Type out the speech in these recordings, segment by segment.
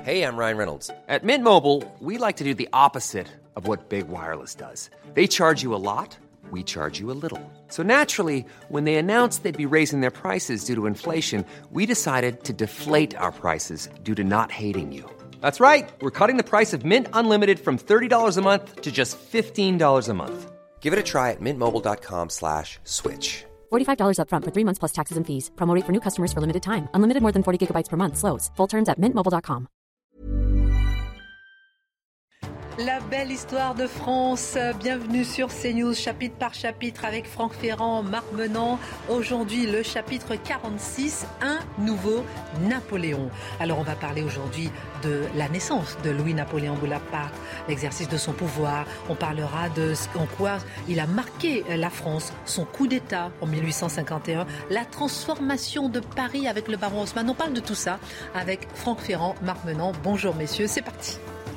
Hey, I'm Ryan Reynolds. At Mint Mobile, we like to do the opposite of what Big Wireless does. They charge you a lot, we charge you a little. So naturally, when they announced they'd be raising their prices due to inflation, we decided to deflate our prices due to not hating you. That's right. We're cutting the price of Mint Unlimited from $30 a month to just $15 a month. Give it a try at mintmobile.com/switch. $45 up front for 3 months plus taxes and fees. Promo rate for new customers for limited time. Unlimited more than 40 gigabytes per month. Slows full terms at mintmobile.com. La belle histoire de France, bienvenue sur CNews, chapitre par chapitre avec Franck Ferrand, Marc Menant. Aujourd'hui, le chapitre 46, un nouveau Napoléon. Alors on va parler aujourd'hui de la naissance de Louis-Napoléon Bonaparte, l'exercice de son pouvoir. On parlera de en quoi il a marqué la France, son coup d'État en 1851, la transformation de Paris avec le baron Haussmann. On parle de tout ça avec Franck Ferrand, Marc Menant. Bonjour messieurs, c'est parti.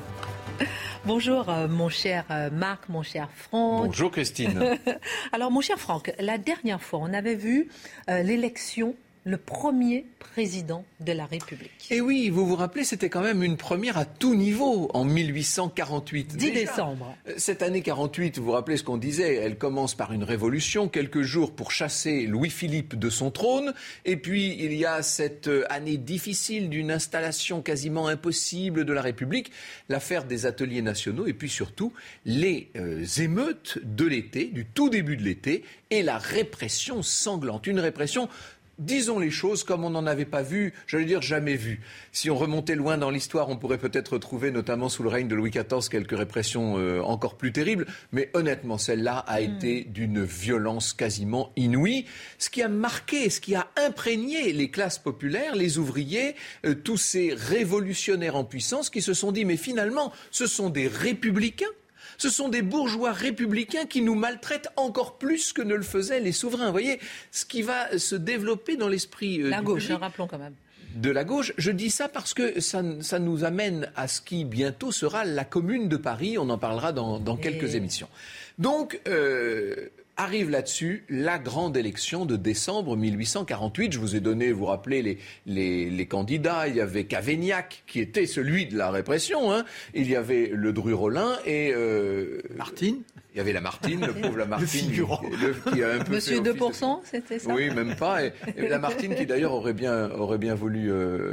Bonjour mon cher Marc, mon cher Franck. Bonjour Christine. Alors mon cher Franck, la dernière fois on avait vu l'élection, le premier président de la République. Et oui, vous vous rappelez, c'était quand même une première à tout niveau en 1848. 10 décembre. Cette année 48, vous vous rappelez ce qu'on disait, elle commence par une révolution, quelques jours pour chasser Louis-Philippe de son trône. Et puis il y a cette année difficile d'une installation quasiment impossible de la République, l'affaire des ateliers nationaux et puis surtout les émeutes de l'été, du tout début de l'été, et la répression sanglante. Une répression, disons les choses comme on n'en avait pas vu, j'allais dire jamais vu. Si on remontait loin dans l'histoire, on pourrait peut-être retrouver, notamment sous le règne de Louis XIV, quelques répressions encore plus terribles. Mais honnêtement, celle-là a été d'une violence quasiment inouïe. Ce qui a marqué, ce qui a imprégné les classes populaires, les ouvriers, tous ces révolutionnaires en puissance qui se sont dit, mais finalement, ce sont des républicains. Ce sont des bourgeois républicains qui nous maltraitent encore plus que ne le faisaient les souverains. Vous voyez, ce qui va se développer dans l'esprit la gauche, rappelons quand même. De la gauche. Je dis ça parce que ça nous amène à ce qui bientôt sera la Commune de Paris. On en parlera dans quelques émissions. Donc, arrive là-dessus la grande élection de décembre 1848. Je vous ai donné, vous vous rappelez, les candidats. Il y avait Cavaignac, qui était celui de la répression. Hein. Il y avait Le Dru-Rollin et... Martine. Il y y avait Lamartine, le pauvre Lamartine. Le figurant. Qui a un peu Monsieur 2%, c'était ça? Oui, même pas. Et Lamartine qui d'ailleurs aurait bien voulu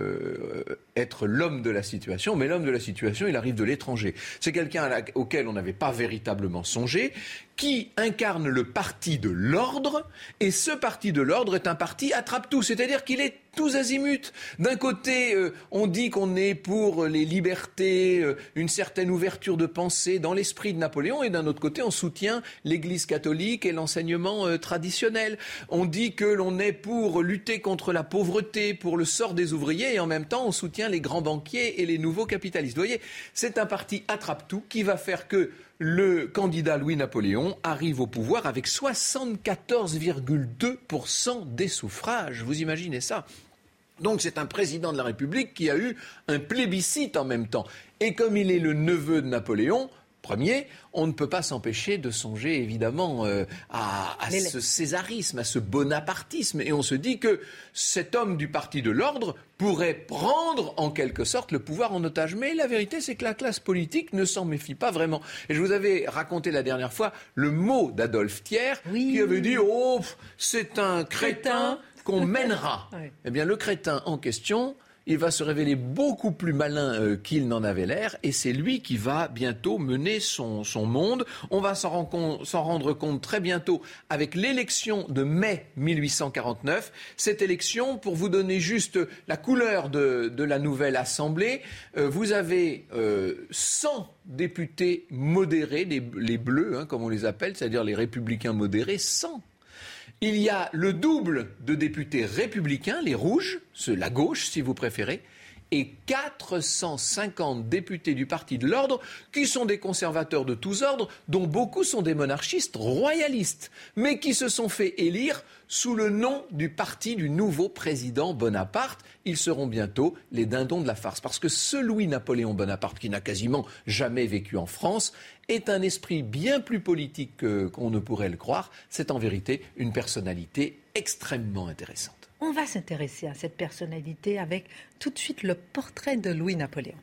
être l'homme de la situation. Mais l'homme de la situation, il arrive de l'étranger. C'est quelqu'un auquel on n'avait pas véritablement songé, qui incarne le parti de l'ordre. Et ce parti de l'ordre est un parti attrape-tout. C'est-à-dire qu'il est tous azimuts. D'un côté, on dit qu'on est pour les libertés, une certaine ouverture de pensée dans l'esprit de Napoléon, et d'un autre côté, on soutient l'Église catholique et l'enseignement traditionnel. On dit que l'on est pour lutter contre la pauvreté, pour le sort des ouvriers, et en même temps, on soutient les grands banquiers et les nouveaux capitalistes. Vous voyez, c'est un parti attrape-tout qui va faire que le candidat Louis-Napoléon arrive au pouvoir avec 74,2% des suffrages. Vous imaginez ça ? Donc c'est un président de la République qui a eu un plébiscite en même temps. Et comme il est le neveu de Napoléon Ier, on ne peut pas s'empêcher de songer évidemment à ce césarisme, à ce bonapartisme. Et on se dit que cet homme du parti de l'ordre pourrait prendre en quelque sorte le pouvoir en otage. Mais la vérité, c'est que la classe politique ne s'en méfie pas vraiment. Et je vous avais raconté la dernière fois le mot d'Adolphe Thiers, qui avait dit « Oh, c'est un crétin qu'on mènera ». Eh bien, le crétin en question, il va se révéler beaucoup plus malin qu'il n'en avait l'air, et c'est lui qui va bientôt mener son monde. On va s'en rendre compte très bientôt avec l'élection de mai 1849. Cette élection, pour vous donner juste la couleur de la nouvelle Assemblée, vous avez 100 députés modérés, les bleus, hein, comme on les appelle, c'est-à-dire les républicains modérés, 100. Il y a le double de députés républicains, les rouges, la gauche si vous préférez, et 450 députés du Parti de l'Ordre, qui sont des conservateurs de tous ordres, dont beaucoup sont des monarchistes royalistes, mais qui se sont fait élire sous le nom du parti du nouveau président Bonaparte. Ils seront bientôt les dindons de la farce. Parce que ce Louis-Napoléon Bonaparte, qui n'a quasiment jamais vécu en France, est un esprit bien plus politique qu'on ne pourrait le croire. C'est en vérité une personnalité extrêmement intéressante. On va s'intéresser à cette personnalité avec tout de suite le portrait de Louis-Napoléon.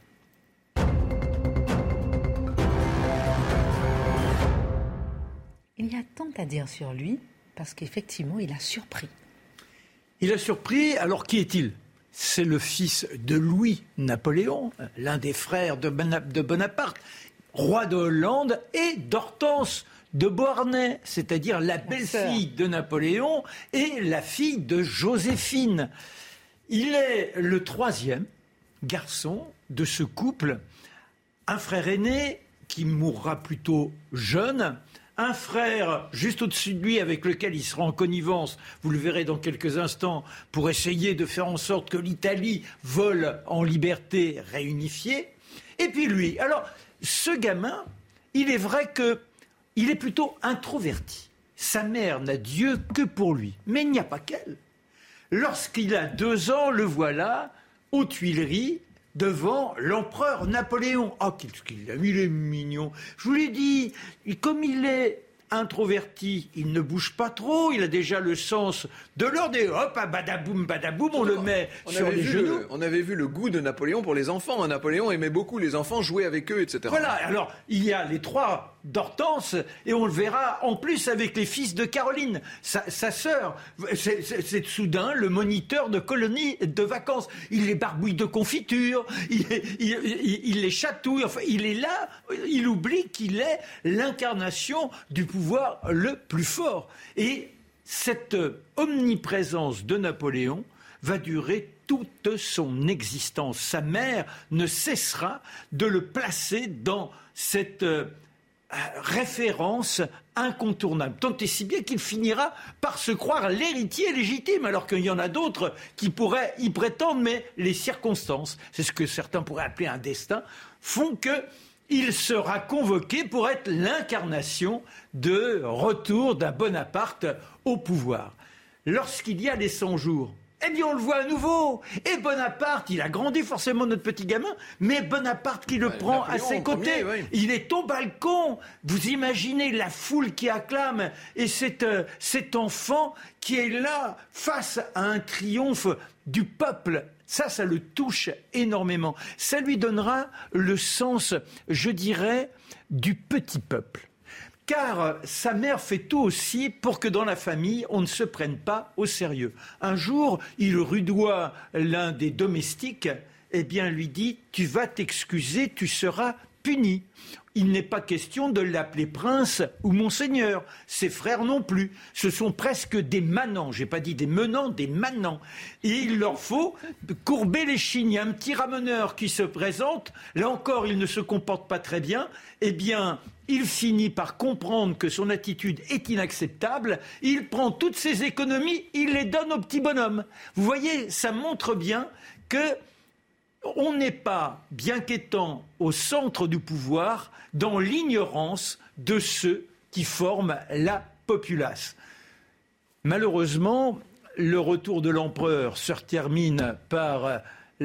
Il y a tant à dire sur lui, parce qu'effectivement, il a surpris. Il a surpris, alors qui est-il ? C'est le fils de Louis-Napoléon, l'un des frères de Bonaparte, roi de Hollande, et d'Hortense de Beauharnais, c'est-à-dire la belle-fille de Napoléon et la fille de Joséphine. Il est le troisième garçon de ce couple, un frère aîné qui mourra plutôt jeune, un frère juste au-dessus de lui avec lequel il sera en connivence, vous le verrez dans quelques instants, pour essayer de faire en sorte que l'Italie vole en liberté réunifiée. Et puis lui, alors ce gamin, il est vrai qu'il est plutôt introverti. Sa mère n'a Dieu que pour lui, mais il n'y a pas qu'elle. Lorsqu'il a 2 ans, le voilà aux Tuileries, devant l'empereur Napoléon. Ah, qu'il est mignon. Je vous l'ai dit, comme il est introverti, il ne bouge pas trop, il a déjà le sens de l'ordre et hop, badaboum, on le met sur les genoux. On avait vu le goût de Napoléon pour les enfants. Napoléon aimait beaucoup les enfants, jouer avec eux, etc. Voilà, alors il y a les 3 d'Hortense et on le verra en plus avec les fils de Caroline, sa sœur. C'est soudain le moniteur de colonie de vacances. Il les barbouille de confiture, il les chatouille, enfin il est là, il oublie qu'il est l'incarnation du pouvoir le plus fort. Et cette omniprésence de Napoléon va durer toute son existence. Sa mère ne cessera de le placer dans cette référence incontournable. Tant et si bien qu'il finira par se croire l'héritier légitime, alors qu'il y en a d'autres qui pourraient y prétendre, mais les circonstances, c'est ce que certains pourraient appeler un destin, font qu'il sera convoqué pour être l'incarnation de retour d'un Bonaparte au pouvoir. Lorsqu'il y a les 100 jours, eh bien on le voit à nouveau. Et Bonaparte, il a grandi forcément notre petit gamin, mais Bonaparte qui le prend Napoléon à ses côtés. Premier, oui. Il est au balcon. Vous imaginez la foule qui acclame et cet enfant qui est là face à un triomphe du peuple. Ça le touche énormément. Ça lui donnera le sens, je dirais, du petit peuple. Car sa mère fait tout aussi pour que dans la famille, on ne se prenne pas au sérieux. Un jour, il rudoie l'un des domestiques, eh bien, lui dit « Tu vas t'excuser, tu seras puni ». Il n'est pas question de l'appeler prince ou monseigneur. Ses frères non plus. Ce sont presque des manants. J'ai pas dit des menants, des manants. Et il leur faut courber les chignes. Il y a un petit ramoneur qui se présente. Là encore, il ne se comporte pas très bien. Eh bien, il finit par comprendre que son attitude est inacceptable. Il prend toutes ses économies, il les donne au petit bonhomme. Vous voyez, ça montre bien que on n'est pas, bien qu'étant au centre du pouvoir, dans l'ignorance de ceux qui forment la populace. Malheureusement, le retour de l'empereur se termine par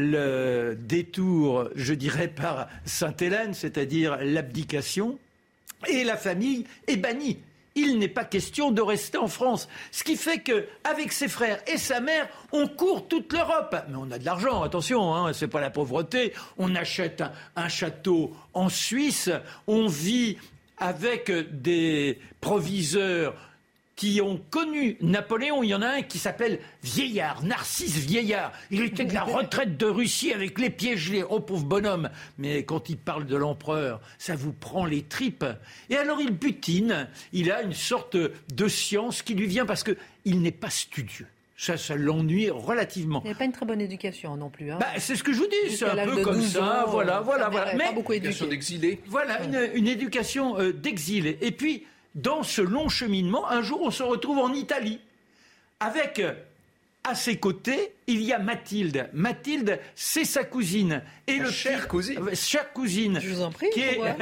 le détour, je dirais, par Sainte-Hélène, c'est-à-dire l'abdication, et la famille est bannie. Il n'est pas question de rester en France. Ce qui fait qu'avec ses frères et sa mère, on court toute l'Europe. Mais on a de l'argent, attention, hein, c'est pas la pauvreté. On achète un château en Suisse, on vit avec des proviseurs qui ont connu Napoléon. Il y en a un qui s'appelle Vieillard, Narcisse Vieillard. Il était de la retraite de Russie avec les pieds gelés. Oh, pauvre bonhomme. Mais quand il parle de l'empereur, ça vous prend les tripes. Et alors il butine. Il a une sorte de science qui lui vient parce qu'il n'est pas studieux. Ça l'ennuie relativement. Il n'y a pas une très bonne éducation non plus. Hein. C'est ce que je vous dis, c'est un peu comme ça. Voilà. Mais pas beaucoup éduqué. Éducation d'exilé. Voilà, une éducation d'exilé. Et puis, dans ce long cheminement, un jour, on se retrouve en Italie. Avec, à ses côtés, il y a Mathilde. Mathilde, c'est sa cousine. Et chère cousine. Chère cousine. Je vous en prie.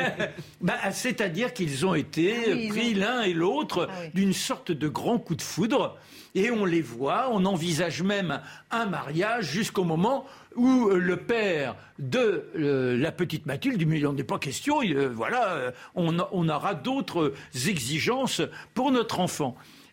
C'est-à-dire qu'ils ont été pris l'un et l'autre d'une sorte de grand coup de foudre. Et on les voit, on envisage même un mariage jusqu'au moment où le père de la petite Mathilde dit « mais il n'en est pas question, on aura d'autres exigences pour notre enfant ».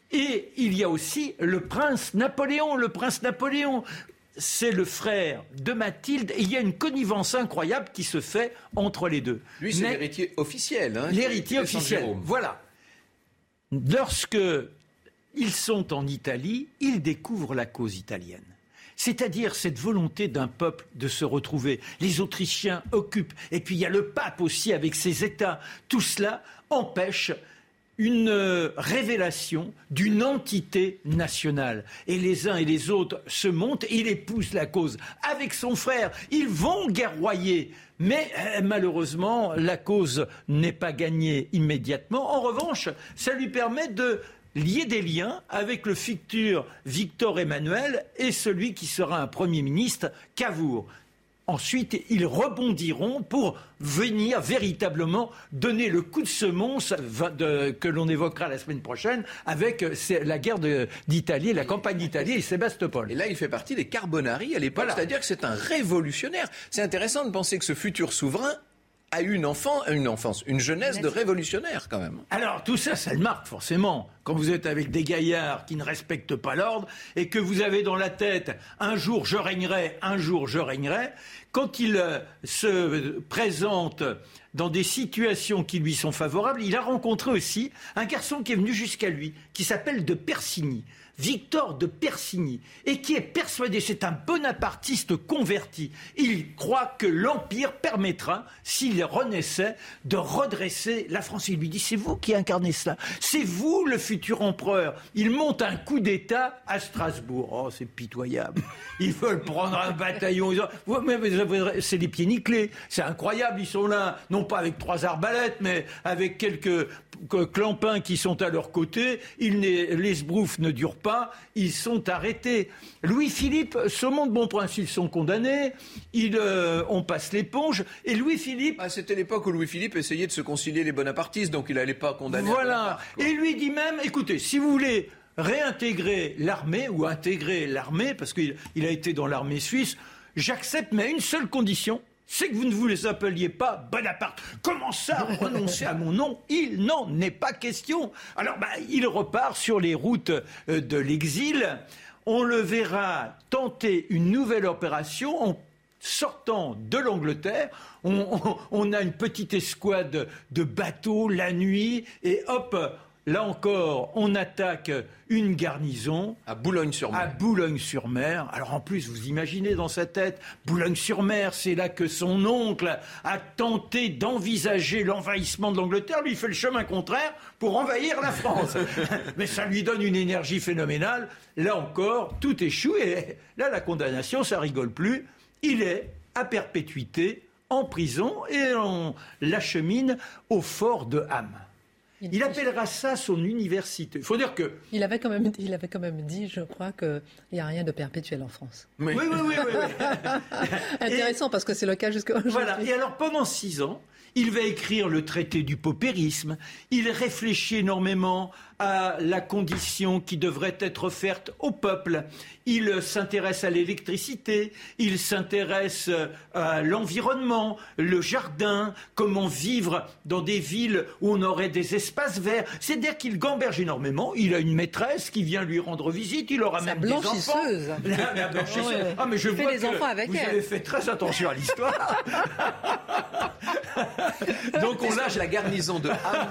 Et il y a aussi le prince Napoléon. Le prince Napoléon, c'est le frère de Mathilde. Et il y a une connivence incroyable qui se fait entre les deux. Lui, c'est l'héritier officiel. L'héritier officiel, voilà. Lorsque ils sont en Italie, ils découvrent la cause italienne. C'est-à-dire cette volonté d'un peuple de se retrouver. Les Autrichiens occupent. Et puis il y a le pape aussi avec ses États. Tout cela empêche une révélation d'une entité nationale. Et les uns et les autres se montent et il épouse la cause. Avec son frère, ils vont guerroyer. Mais malheureusement, la cause n'est pas gagnée immédiatement. En revanche, ça lui permet de lier des liens avec le futur Victor Emmanuel et celui qui sera un Premier ministre, Cavour. Ensuite, ils rebondiront pour venir véritablement donner le coup de semonce que l'on évoquera la semaine prochaine avec la guerre d'Italie, la campagne d'Italie et Sébastopol. Et là, il fait partie des Carbonari à l'époque, c'est-à-dire que c'est un révolutionnaire. C'est intéressant de penser que ce futur souverain a eu une jeunesse de révolutionnaire quand même. Alors tout ça, ça le marque forcément. Quand vous êtes avec des gaillards qui ne respectent pas l'ordre et que vous avez dans la tête « un jour je régnerai, un jour je régnerai », quand il se présente dans des situations qui lui sont favorables, il a rencontré aussi un garçon qui est venu jusqu'à lui, qui s'appelle de Persigny. Victor de Persigny, et qui est persuadé, c'est un bonapartiste converti. Il croit que l'Empire permettra, s'il renaissait, de redresser la France. Il lui dit, c'est vous qui incarnez cela, c'est vous le futur empereur. Il monte un coup d'État à Strasbourg. Oh, c'est pitoyable. Ils veulent prendre un bataillon. C'est les pieds nickelés. C'est incroyable, ils sont là, non pas avec 3 arbalètes, mais avec quelques clampins qui sont à leur côté. Les sbroufs ne durent pas. Ils sont arrêtés. Louis-Philippe se montre bon prince, ils sont condamnés, on passe l'éponge, et Louis-Philippe... c'était l'époque où Louis-Philippe essayait de se concilier les bonapartistes, donc il n'allait pas condamner... Voilà, et lui dit même, écoutez, si vous voulez réintégrer l'armée, ou intégrer l'armée, parce qu'il a été dans l'armée suisse, j'accepte, mais à une seule condition, c'est que vous ne vous les appeliez pas Bonaparte. Comment ça, renoncer à mon nom? Il n'en est pas question. Alors, il repart sur les routes de l'exil. On le verra tenter une nouvelle opération en sortant de l'Angleterre. On a une petite escouade de bateaux la nuit et hop, là encore, on attaque une garnison à Boulogne-sur-Mer. À Boulogne-sur-Mer. Alors en plus, vous imaginez dans sa tête, Boulogne-sur-Mer, c'est là que son oncle a tenté d'envisager l'envahissement de l'Angleterre. Lui, il fait le chemin contraire pour envahir la France. Mais ça lui donne une énergie phénoménale. Là encore, tout échoue. Et là, la condamnation, ça rigole plus. Il est à perpétuité en prison et on l'achemine au fort de Ham. Il appellera ça son université. Il faut dire que... Il avait quand même dit, je crois, qu'il n'y a rien de perpétuel en France. Oui. Intéressant, parce que c'est le cas jusqu'à aujourd'hui. Voilà. Et alors, pendant 6 ans, il va écrire le traité du paupérisme. Il réfléchit énormément à la condition qui devrait être offerte au peuple. Il s'intéresse à l'électricité, il s'intéresse à l'environnement, le jardin, comment vivre dans des villes où on aurait des espaces verts. C'est-à-dire qu'il gamberge énormément. Il a une maîtresse qui vient lui rendre visite, il aura même des enfants. La blanchisseuse. Ah, mais je vois des enfants avec vous avez fait très attention à l'histoire. Donc on lâche la garnison de Ham.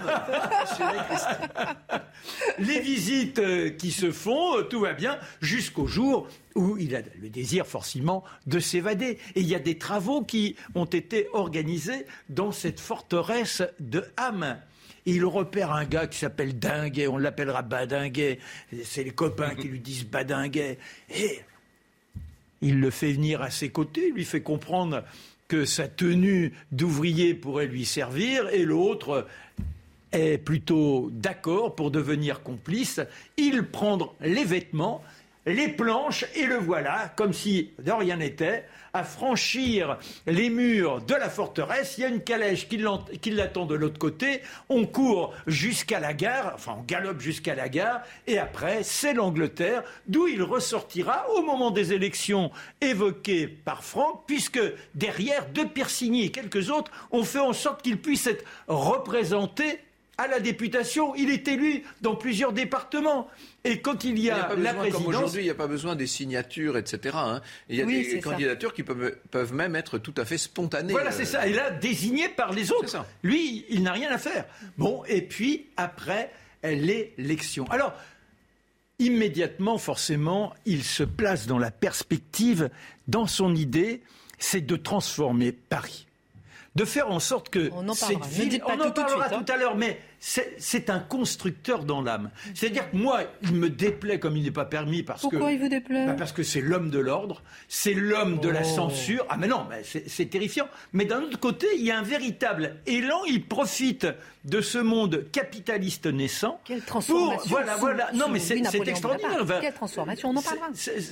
Les visites qui se font, tout va bien, jusqu'au jour où il a le désir forcément de s'évader. Et il y a des travaux qui ont été organisés dans cette forteresse de Ham. Et il repère un gars qui s'appelle Dinguet, on l'appellera Badinguet, c'est les copains qui lui disent Badinguet. Et il le fait venir à ses côtés, lui fait comprendre que sa tenue d'ouvrier pourrait lui servir, et l'autre est plutôt d'accord pour devenir complice. Il prend les vêtements, les planches, et le voilà, comme si de rien n'était, à franchir les murs de la forteresse. Il y a une calèche qui l'attend de l'autre côté. On court jusqu'à la gare, enfin on galope jusqu'à la gare, et après c'est l'Angleterre, d'où il ressortira au moment des élections évoquées par Franck, puisque derrière, de Persigny et quelques autres ont fait en sorte qu'il puisse être représenté à la députation, il est élu dans plusieurs départements. Et quand il y a la présidence... Comme aujourd'hui, il n'y a pas besoin des signatures, etc. Il y a des candidatures qui peuvent même être tout à fait spontanées. Voilà, c'est ça. Et là, désigné par les autres. Lui, il n'a rien à faire. Bon, et puis, après, l'élection. Alors, immédiatement, forcément, il se place dans la perspective, dans son idée, c'est de transformer Paris. De faire en sorte que cette ville... On en parlera tout à l'heure, mais c'est un constructeur dans l'âme. C'est-à-dire que moi, il me déplaît comme il n'est pas permis parce que... Pourquoi il vous déplaît ? Parce que c'est l'homme de l'ordre, c'est l'homme de la censure. Ah mais non, c'est terrifiant. Mais d'un autre côté, il y a un véritable élan. Il profite de ce monde capitaliste naissant. Quelle transformation voilà. Non, mais c'est extraordinaire. Quelle transformation, on en parlera.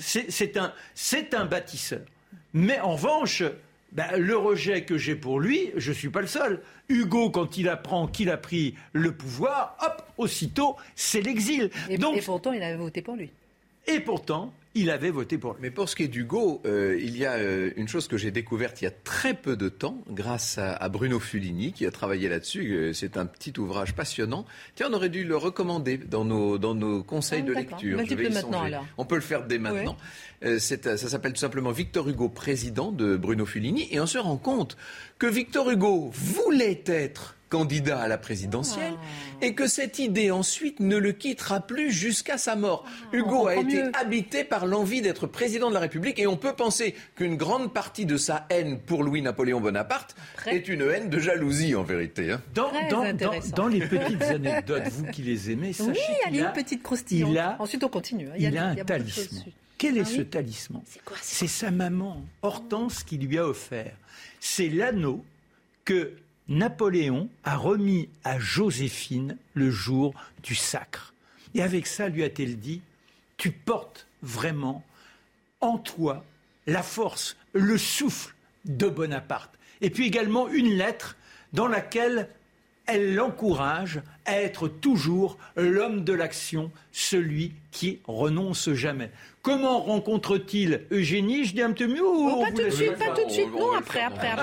C'est un bâtisseur. Mais en revanche... le rejet que j'ai pour lui, je ne suis pas le seul. Hugo, quand il apprend qu'il a pris le pouvoir, hop, aussitôt, c'est l'exil. Et pourtant, il avait voté pour lui. Et pourtant, il avait voté pour lui. Mais pour ce qui est d'Hugo, il y a une chose que j'ai découverte il y a très peu de temps, grâce à Bruno Fulini, qui a travaillé là-dessus. C'est un petit ouvrage passionnant. Tiens, on aurait dû le recommander dans nos conseils de lecture. Je vais y songer. On peut le faire dès maintenant. Ouais. Ça s'appelle tout simplement Victor Hugo, président de Bruno Fulini. Et on se rend compte que Victor Hugo voulait être candidat à la présidentielle et que cette idée ensuite ne le quittera plus jusqu'à sa mort. Hugo a été habité par l'envie d'être président de la République et on peut penser qu'une grande partie de sa haine pour Louis-Napoléon Bonaparte est une haine de jalousie en vérité. Hein. Dans les petites anecdotes, vous qui les aimez, sachez qu'il y a une petite croustillante. Ensuite on continue. Il a un talisman. Quel est ce talisman ? C'est sa maman, Hortense, qui lui a offert. C'est l'anneau que Napoléon a remis à Joséphine le jour du sacre. Et avec ça, lui a-t-elle dit, tu portes vraiment en toi la force, le souffle de Bonaparte. Et puis également une lettre dans laquelle elle l'encourage à être toujours l'homme de l'action, celui qui renonce jamais. Comment rencontre-t-il Eugénie ? Je dis un petit mot. Pas tout de suite. Non, après.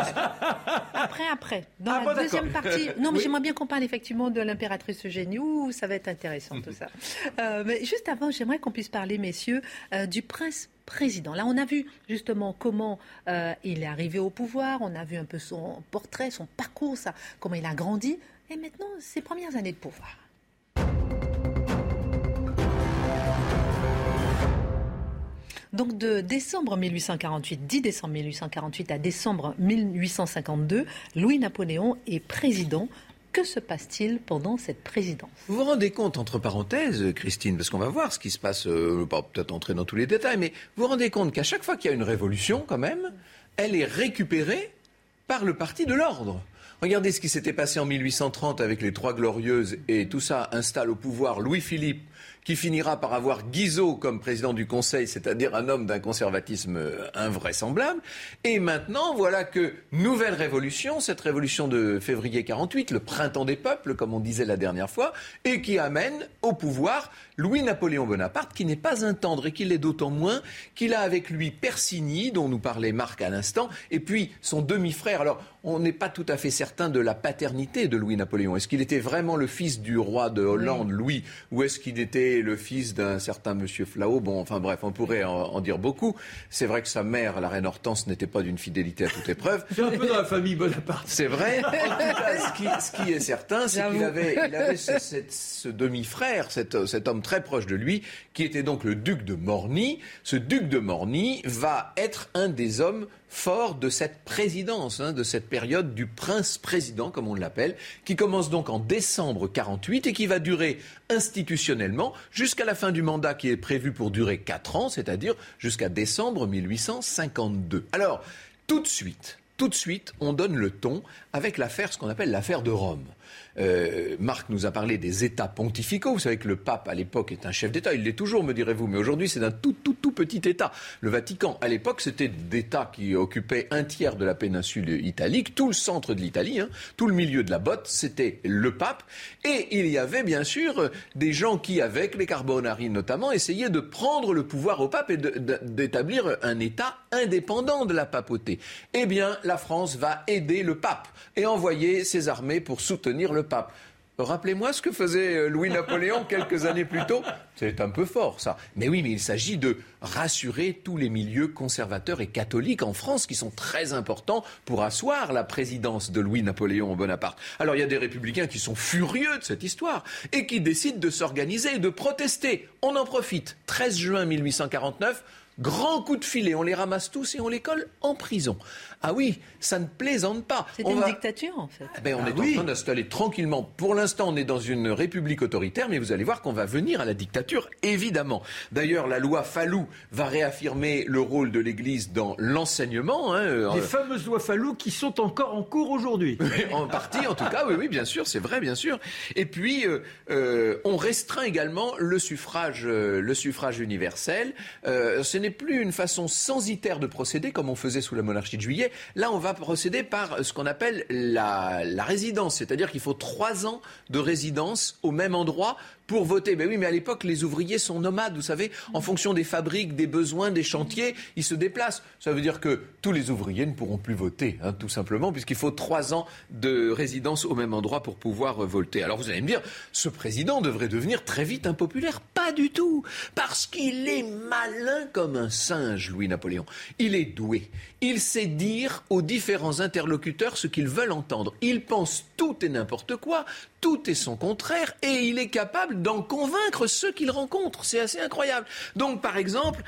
Dans la deuxième partie. Non, mais j'aimerais bien qu'on parle effectivement de l'impératrice Eugénie. Ça va être intéressant tout ça. Mais juste avant, j'aimerais qu'on puisse parler, messieurs, du prince président. Là, on a vu justement comment il est arrivé au pouvoir. On a vu un peu son portrait, son parcours, comment il a grandi. Et maintenant, ses premières années de pouvoir. Donc de décembre 1848, 10 décembre 1848 à décembre 1852, Louis-Napoléon est président. Que se passe-t-il pendant cette présidence ? Vous vous rendez compte, entre parenthèses, Christine, parce qu'on va voir ce qui se passe, pas peut-être entrer dans tous les détails, mais vous vous rendez compte qu'à chaque fois qu'il y a une révolution, quand même, elle est récupérée par le parti de l'ordre. Regardez ce qui s'était passé en 1830 avec les Trois Glorieuses et tout ça installe au pouvoir Louis-Philippe qui finira par avoir Guizot comme président du Conseil, c'est-à-dire un homme d'un conservatisme invraisemblable. Et maintenant, voilà que nouvelle révolution, cette révolution de février 48, le printemps des peuples, comme on disait la dernière fois, et qui amène au pouvoir Louis-Napoléon Bonaparte, qui n'est pas un tendre et qui l'est d'autant moins qu'il a avec lui Persigny, dont nous parlait Marc à l'instant, et puis son demi-frère. Alors, on n'est pas tout à fait certain de la paternité de Louis-Napoléon. Est-ce qu'il était vraiment le fils du roi de Hollande, Louis, ou est-ce qu'il était le fils d'un certain monsieur Flahault? Bon, enfin bref, on pourrait en dire beaucoup. C'est vrai que sa mère, la reine Hortense, n'était pas d'une fidélité à toute épreuve. C'est un peu dans la famille Bonaparte. C'est vrai. En tout cas, ce qui est certain, c'est qu'il avait ce demi-frère, cet homme très proche de lui, qui était donc le duc de Morny. Ce duc de Morny va être un des hommes forts de cette présidence, de cette période du prince-président, comme on l'appelle, qui commence donc en décembre 48 et qui va durer institutionnellement jusqu'à la fin du mandat qui est prévu pour durer 4 ans, c'est-à-dire jusqu'à décembre 1852. Alors, tout de suite, on donne le ton avec ce qu'on appelle l'affaire de Rome. Marc nous a parlé des États pontificaux. Vous savez que le pape, à l'époque, est un chef d'État. Il l'est toujours, me direz-vous. Mais aujourd'hui, c'est un tout petit État. Le Vatican, à l'époque, c'était d'États qui occupaient un tiers de la péninsule italique, tout le centre de l'Italie, tout le milieu de la botte, c'était le pape. Et il y avait, bien sûr, des gens qui, avec les Carbonari notamment, essayaient de prendre le pouvoir au pape et d'établir un État indépendant de la papauté. Eh bien, la France va aider le pape et envoyer ses armées pour soutenir le pape. Rappelez-moi ce que faisait Louis-Napoléon quelques années plus tôt. C'est un peu fort, ça. Mais oui, mais il s'agit de rassurer tous les milieux conservateurs et catholiques en France qui sont très importants pour asseoir la présidence de Louis-Napoléon Bonaparte. Alors, il y a des républicains qui sont furieux de cette histoire et qui décident de s'organiser et de protester. On en profite. 13 juin 1849, grand coup de filet. On les ramasse tous et on les colle en prison. Ah oui, ça ne plaisante pas. C'est une dictature, en fait. On est en train d'installer tranquillement. Pour l'instant, on est dans une république autoritaire, mais vous allez voir qu'on va venir à la dictature, évidemment. D'ailleurs, la loi Fallou va réaffirmer le rôle de l'Église dans l'enseignement. Les fameuses lois Fallou qui sont encore en cours aujourd'hui. En partie, en tout cas, oui, bien sûr, c'est vrai, bien sûr. Et puis, on restreint également le suffrage universel. Ce n'est plus une façon censitaire de procéder, comme on faisait sous la monarchie de Juillet. Là, on va procéder par ce qu'on appelle la résidence, c'est-à-dire qu'il faut 3 ans de résidence au même endroit pour voter. Mais oui, mais à l'époque, les ouvriers sont nomades, vous savez, en fonction des fabriques, des besoins, des chantiers, ils se déplacent. Ça veut dire que tous les ouvriers ne pourront plus voter, tout simplement, puisqu'il faut 3 ans de résidence au même endroit pour pouvoir voter. Alors vous allez me dire, ce président devrait devenir très vite impopulaire. Pas du tout, parce qu'il est malin comme un singe, Louis-Napoléon. Il est doué. Il sait dire aux différents interlocuteurs ce qu'ils veulent entendre. Il pense tout et n'importe quoi, tout est son contraire, et il est capable d'en convaincre ceux qu'il rencontre. C'est assez incroyable. Donc, par exemple,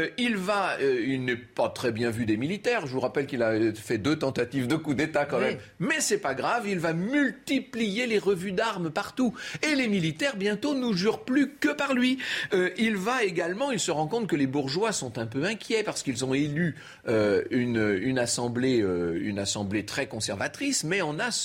il n'est pas très bien vu des militaires. Je vous rappelle qu'il a fait 2 tentatives de coup d'État quand même. Mais c'est pas grave, il va multiplier les revues d'armes partout. Et les militaires, bientôt, nous jurent plus que par lui. Il se rend compte que les bourgeois sont un peu inquiets parce qu'ils ont élu une assemblée très conservatrice, mais on a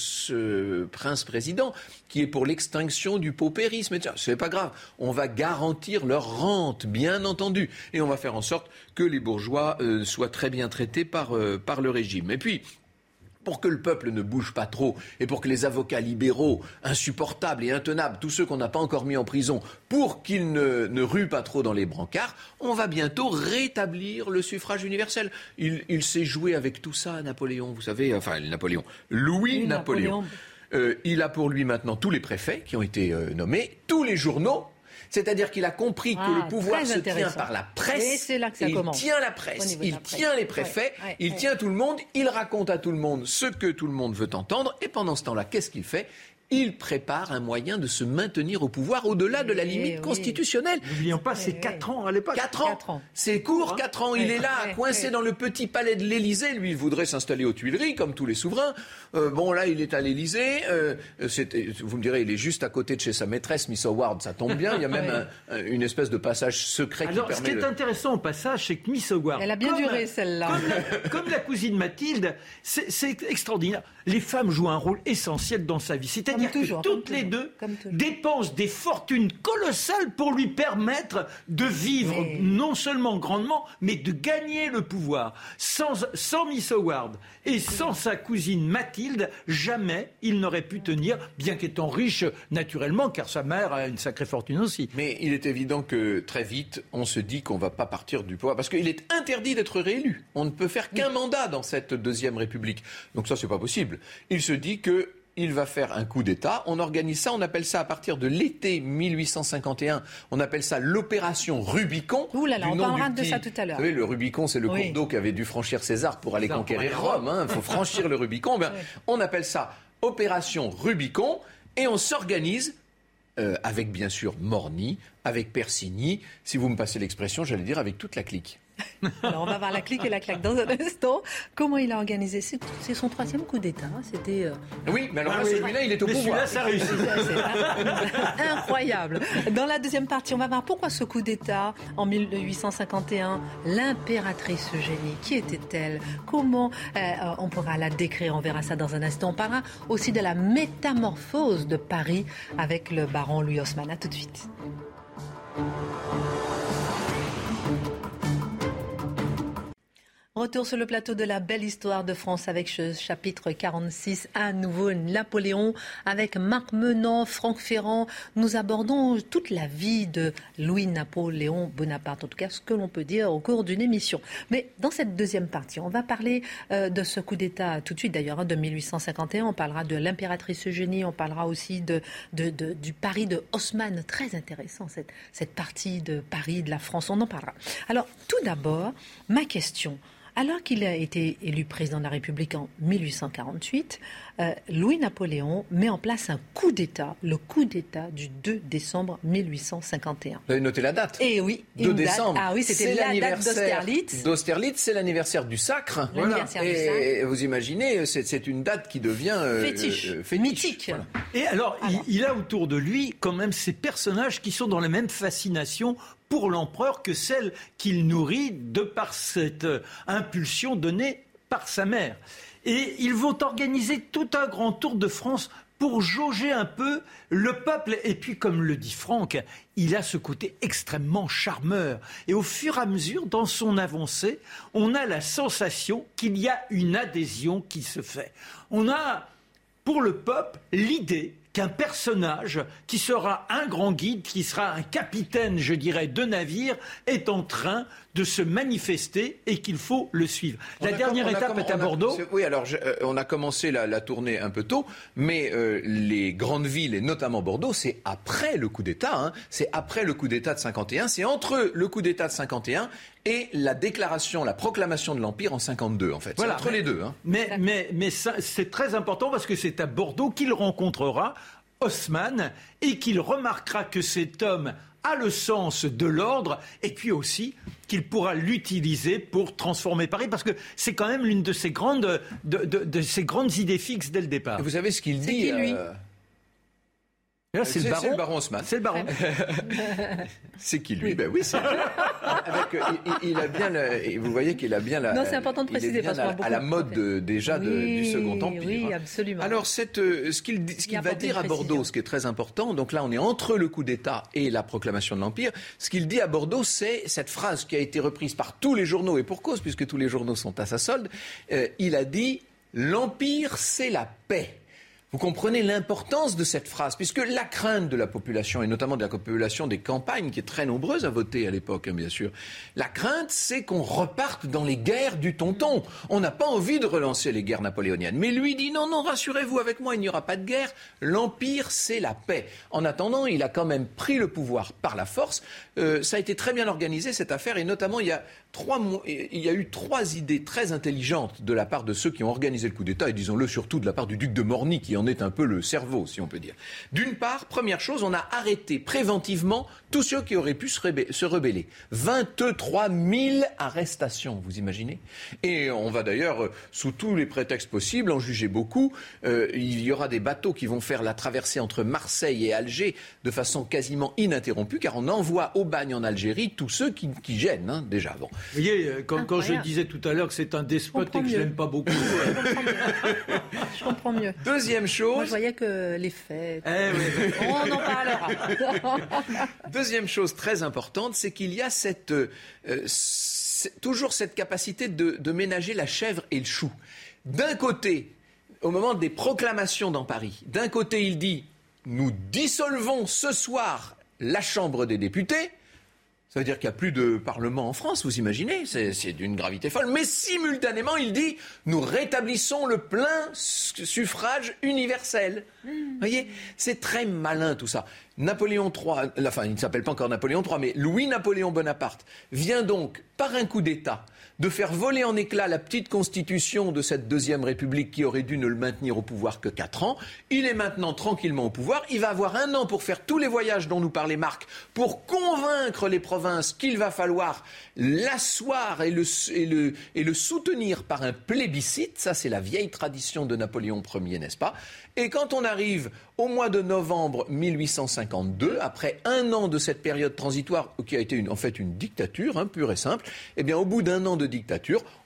ce prince-président qui est pour l'extinction du paupérisme. C'est pas grave, on va garantir leur rente, bien entendu, et on va faire en sorte que les bourgeois soient très bien traités par le régime. Et puis, pour que le peuple ne bouge pas trop et pour que les avocats libéraux, insupportables et intenables, tous ceux qu'on n'a pas encore mis en prison, pour qu'ils ne ruent pas trop dans les brancards, on va bientôt rétablir le suffrage universel. Il s'est joué avec tout ça, Napoléon, vous savez, Louis-Napoléon. Il a pour lui maintenant tous les préfets qui ont été nommés, tous les journaux. C'est-à-dire qu'il a compris que le pouvoir se tient par la presse. Et c'est là que ça commence. Il tient la presse, il tient les préfets, il tient tout le monde, il raconte à tout le monde ce que tout le monde veut entendre. Et pendant ce temps-là, qu'est-ce qu'il fait ? Il prépare un moyen de se maintenir au pouvoir au-delà de la limite constitutionnelle. N'oublions pas, c'est 4 ans à l'époque. 4 ans. C'est court, 4 ans. Il est là, coincé dans le petit palais de l'Élysée. Lui, il voudrait s'installer aux Tuileries, comme tous les souverains. Là, il est à l'Élysée. Vous me direz, il est juste à côté de chez sa maîtresse, Miss Howard. Ça tombe bien. Il y a même une espèce de passage secret qui permet... Alors, ce qui est intéressant au passage, c'est que Miss Howard... Elle a bien duré, celle-là. Comme la cousine Mathilde, c'est extraordinaire. Les femmes jouent un rôle essentiel dans sa vie. C'est-à-dire que toutes les deux dépensent des fortunes colossales pour lui permettre de vivre non seulement grandement, mais de gagner le pouvoir. Sans Miss Howard et sans sa cousine Mathilde, jamais il n'aurait pu tenir, bien qu'étant riche naturellement, car sa mère a une sacrée fortune aussi. Mais il est évident que très vite, on se dit qu'on ne va pas partir du pouvoir, parce qu'il est interdit d'être réélu. On ne peut faire qu'un mandat dans cette deuxième République. Donc ça, c'est pas possible. Il se dit que il va faire un coup d'État. On organise ça, on appelle ça à partir de l'été 1851, on appelle ça l'opération Rubicon. Ouh là là, on parlera de ça tout à l'heure. Vous savez, le Rubicon, c'est le cours d'eau qu'avait dû franchir César pour aller conquérir Rome. Il faut franchir le Rubicon. On appelle ça opération Rubicon et on s'organise avec bien sûr Morny, avec Persigny, si vous me passez l'expression, j'allais dire avec toute la clique. Alors on va voir la clique et la claque dans un instant. Comment il a organisé ? C'est son 3e coup d'État. C'était. Oui, mais alors celui-là, il est au pouvoir. Celui-là, ça réussit. C'est incroyable. Dans la deuxième partie, on va voir pourquoi ce coup d'État en 1851. L'impératrice Eugénie, qui était-elle ? Comment on pourra la décrire ? On verra ça dans un instant. On parlera aussi de la métamorphose de Paris avec le baron Louis Haussmann. À tout de suite. Retour sur le plateau de la belle histoire de France avec ce chapitre 46, un nouveau Napoléon, avec Marc Menant, Franck Ferrand. Nous abordons toute la vie de Louis-Napoléon Bonaparte, en tout cas ce que l'on peut dire au cours d'une émission. Mais dans cette deuxième partie, on va parler de ce coup d'État tout de suite d'ailleurs, de 1851. On parlera de l'impératrice Eugénie, on parlera aussi du Paris de Haussmann. Très intéressant cette partie de Paris, de la France, on en parlera. Alors tout d'abord, ma question. Alors qu'il a été élu président de la République en 1848, Louis-Napoléon met en place un coup d'État, le coup d'État du 2 décembre 1851. Vous avez noté la date ? Eh oui, 2 décembre. Ah oui, c'était la date d'Austerlitz. D'Austerlitz, c'est l'anniversaire du Sacre. L'anniversaire du Et vous imaginez, c'est une date qui devient fétiche. Mythique. Voilà. Et alors, il a autour de lui quand même ces personnages qui sont dans la même fascination pour l'empereur que celle qu'il nourrit de par cette impulsion donnée par sa mère. Et ils vont organiser tout un grand tour de France pour jauger un peu le peuple. Et puis, comme le dit Franck, il a ce côté extrêmement charmeur. Et au fur et à mesure, dans son avancée, on a la sensation qu'il y a une adhésion qui se fait. On a, pour le peuple, l'idée qu'un personnage qui sera un grand guide, qui sera un capitaine, je dirais, de navire, est en train de se manifester et qu'il faut le suivre. La dernière étape est à Bordeaux. Oui, alors on a commencé la tournée un peu tôt, mais les grandes villes, et notamment Bordeaux, c'est après le coup d'État. Hein, c'est après le coup d'État de 51. C'est entre le coup d'État de 51 et la proclamation de l'Empire en 52, en fait. Voilà, c'est entre les deux. Hein. Mais ça, c'est très important parce que c'est à Bordeaux qu'il rencontrera Haussmann et qu'il remarquera que cet homme a le sens de l'ordre et puis aussi qu'il pourra l'utiliser pour transformer Paris parce que c'est quand même l'une de ses grandes, de ses grandes idées fixes dès le départ. Et vous savez ce qu'il dit qui, lui Là, c'est le baron Haussmann. C'est le baron. C'est qui lui ? Ben oui, c'est lui. Il a bien vous voyez qu'il a bien la. Non, c'est important de préciser parce qu'on à la mode du Second Empire. Oui, absolument. Alors ce qu'il va dire à Bordeaux, ce qui est très important. Donc là, on est entre le coup d'État et la proclamation de l'Empire. Ce qu'il dit à Bordeaux, c'est cette phrase qui a été reprise par tous les journaux et pour cause, puisque tous les journaux sont à sa solde. Il a dit l'Empire, c'est la paix. Vous comprenez l'importance de cette phrase, puisque la crainte de la population, et notamment de la population des campagnes, qui est très nombreuse à voter à l'époque, hein, bien sûr, la crainte, c'est qu'on reparte dans les guerres du tonton. On n'a pas envie de relancer les guerres napoléoniennes. Mais lui dit non, rassurez-vous, avec moi, il n'y aura pas de guerre. L'Empire, c'est la paix. En attendant, il a quand même pris le pouvoir par la force. Ça a été très bien organisé, cette affaire, et notamment, il y a eu 3 idées très intelligentes de la part de ceux qui ont organisé le coup d'État, et disons-le surtout de la part du duc de Morny, qui en est un peu le cerveau, si on peut dire. D'une part, première chose, on a arrêté préventivement tous ceux qui auraient pu se rebeller. 23 000 arrestations, vous imaginez ? Et on va d'ailleurs, sous tous les prétextes possibles, en juger beaucoup. Il y aura des bateaux qui vont faire la traversée entre Marseille et Alger de façon quasiment ininterrompue, car on envoie au bagne en Algérie tous ceux qui gênent, hein, déjà. Bon. Vous voyez, quand je disais tout à l'heure que c'est un despote et que je l'aime pas beaucoup. Je comprends mieux. Deuxième chose. Moi, je voyais que les fêtes. Oui. On en parlera. Deuxième chose très importante, c'est qu'il y a toujours cette capacité de ménager la chèvre et le chou. D'un côté, au moment des proclamations dans Paris, d'un côté, il dit « Nous dissolvons ce soir la Chambre des députés ». Ça veut dire qu'il n'y a plus de Parlement en France, vous imaginez ? C'est d'une gravité folle. Mais simultanément, il dit « Nous rétablissons le plein suffrage universel ». Vous voyez ? C'est très malin tout ça. Napoléon III, enfin il ne s'appelle pas encore Napoléon III, mais Louis-Napoléon Bonaparte vient donc, par un coup d'État, de faire voler en éclats la petite constitution de cette Deuxième République qui aurait dû ne le maintenir au pouvoir que 4 ans. Il est maintenant tranquillement au pouvoir. Il va avoir 1 an pour faire tous les voyages dont nous parlait Marc, pour convaincre les provinces qu'il va falloir l'asseoir et le soutenir par un plébiscite. Ça, c'est la vieille tradition de Napoléon Ier, n'est-ce pas ? Et quand on arrive au mois de novembre 1852, après 1 an de cette période transitoire qui a été en fait une dictature, hein, pure et simple, eh bien au bout d'1 an de dictature,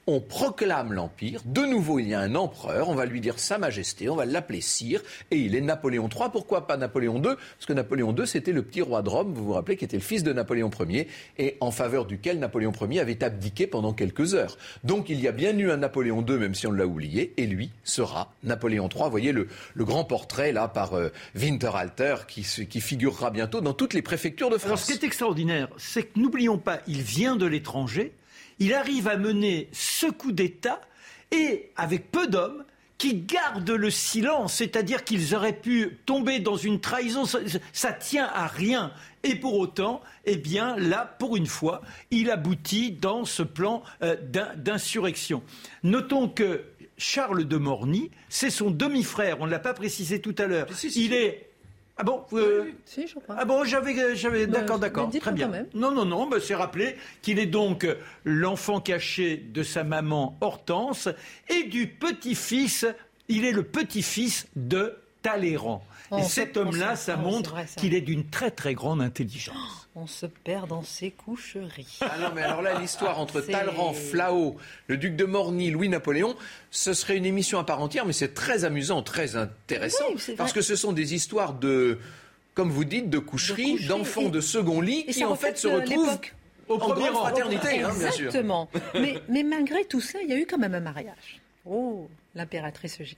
on proclame l'Empire, de nouveau il y a un empereur, on va lui dire Sa Majesté, on va l'appeler Sire, et il est Napoléon III. Pourquoi pas Napoléon II ? Parce que Napoléon II, c'était le petit roi de Rome, vous vous rappelez, qui était le fils de Napoléon Ier, et en faveur duquel Napoléon Ier avait abdiqué pendant quelques heures. Donc il y a bien eu un Napoléon II, même si on l'a oublié, et lui sera Napoléon III. Vous voyez le grand portrait, là, par Winterhalter, qui figurera bientôt dans toutes les préfectures de France. Alors ce qui est extraordinaire, c'est que n'oublions pas, il vient de l'étranger, il arrive à mener ce coup d'État et avec peu d'hommes qui gardent le silence, c'est-à-dire qu'ils auraient pu tomber dans une trahison, ça tient à rien. Et pour autant, eh bien là, pour une fois, il aboutit dans ce plan d'insurrection. Notons que Charles de Morny, c'est son demi-frère, on ne l'a pas précisé tout à l'heure. Il est... Ah bon Si, je crois. Ah bon, j'avais d'accord, très bien. Non, c'est rappelé qu'il est donc l'enfant caché de sa maman Hortense et du petit-fils, il est le petit-fils de Talleyrand. Et cet homme-là, ça montre qu'il est d'une très très grande intelligence. On se perd dans ses coucheries. Ah non, mais alors là, l'histoire entre Talleyrand, Flahault, le duc de Morny, Louis-Napoléon, ce serait une émission à part entière, mais c'est très amusant, très intéressant, parce que ce sont des histoires de, comme vous dites, de coucheries, d'enfants de second lit, qui en fait se retrouvent au premier rang. Fraternité, bien sûr. Exactement. mais malgré tout ça, il y a eu quand même un mariage. Oh, l'impératrice Eugénie.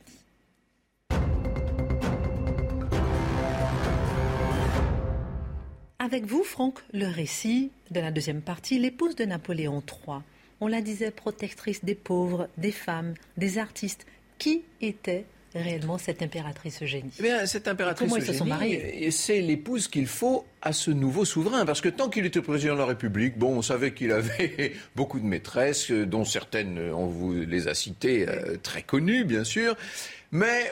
Avec vous, Franck, le récit de la deuxième partie, l'épouse de Napoléon III. On la disait protectrice des pauvres, des femmes, des artistes. Qui était réellement cette impératrice Eugénie ? Eh bien, cette impératrice Comment ils se sont mariés ? C'est l'épouse qu'il faut à ce nouveau souverain. Parce que tant qu'il était président de la République, on savait qu'il avait beaucoup de maîtresses, dont certaines, on vous les a citées, très connues, bien sûr. Mais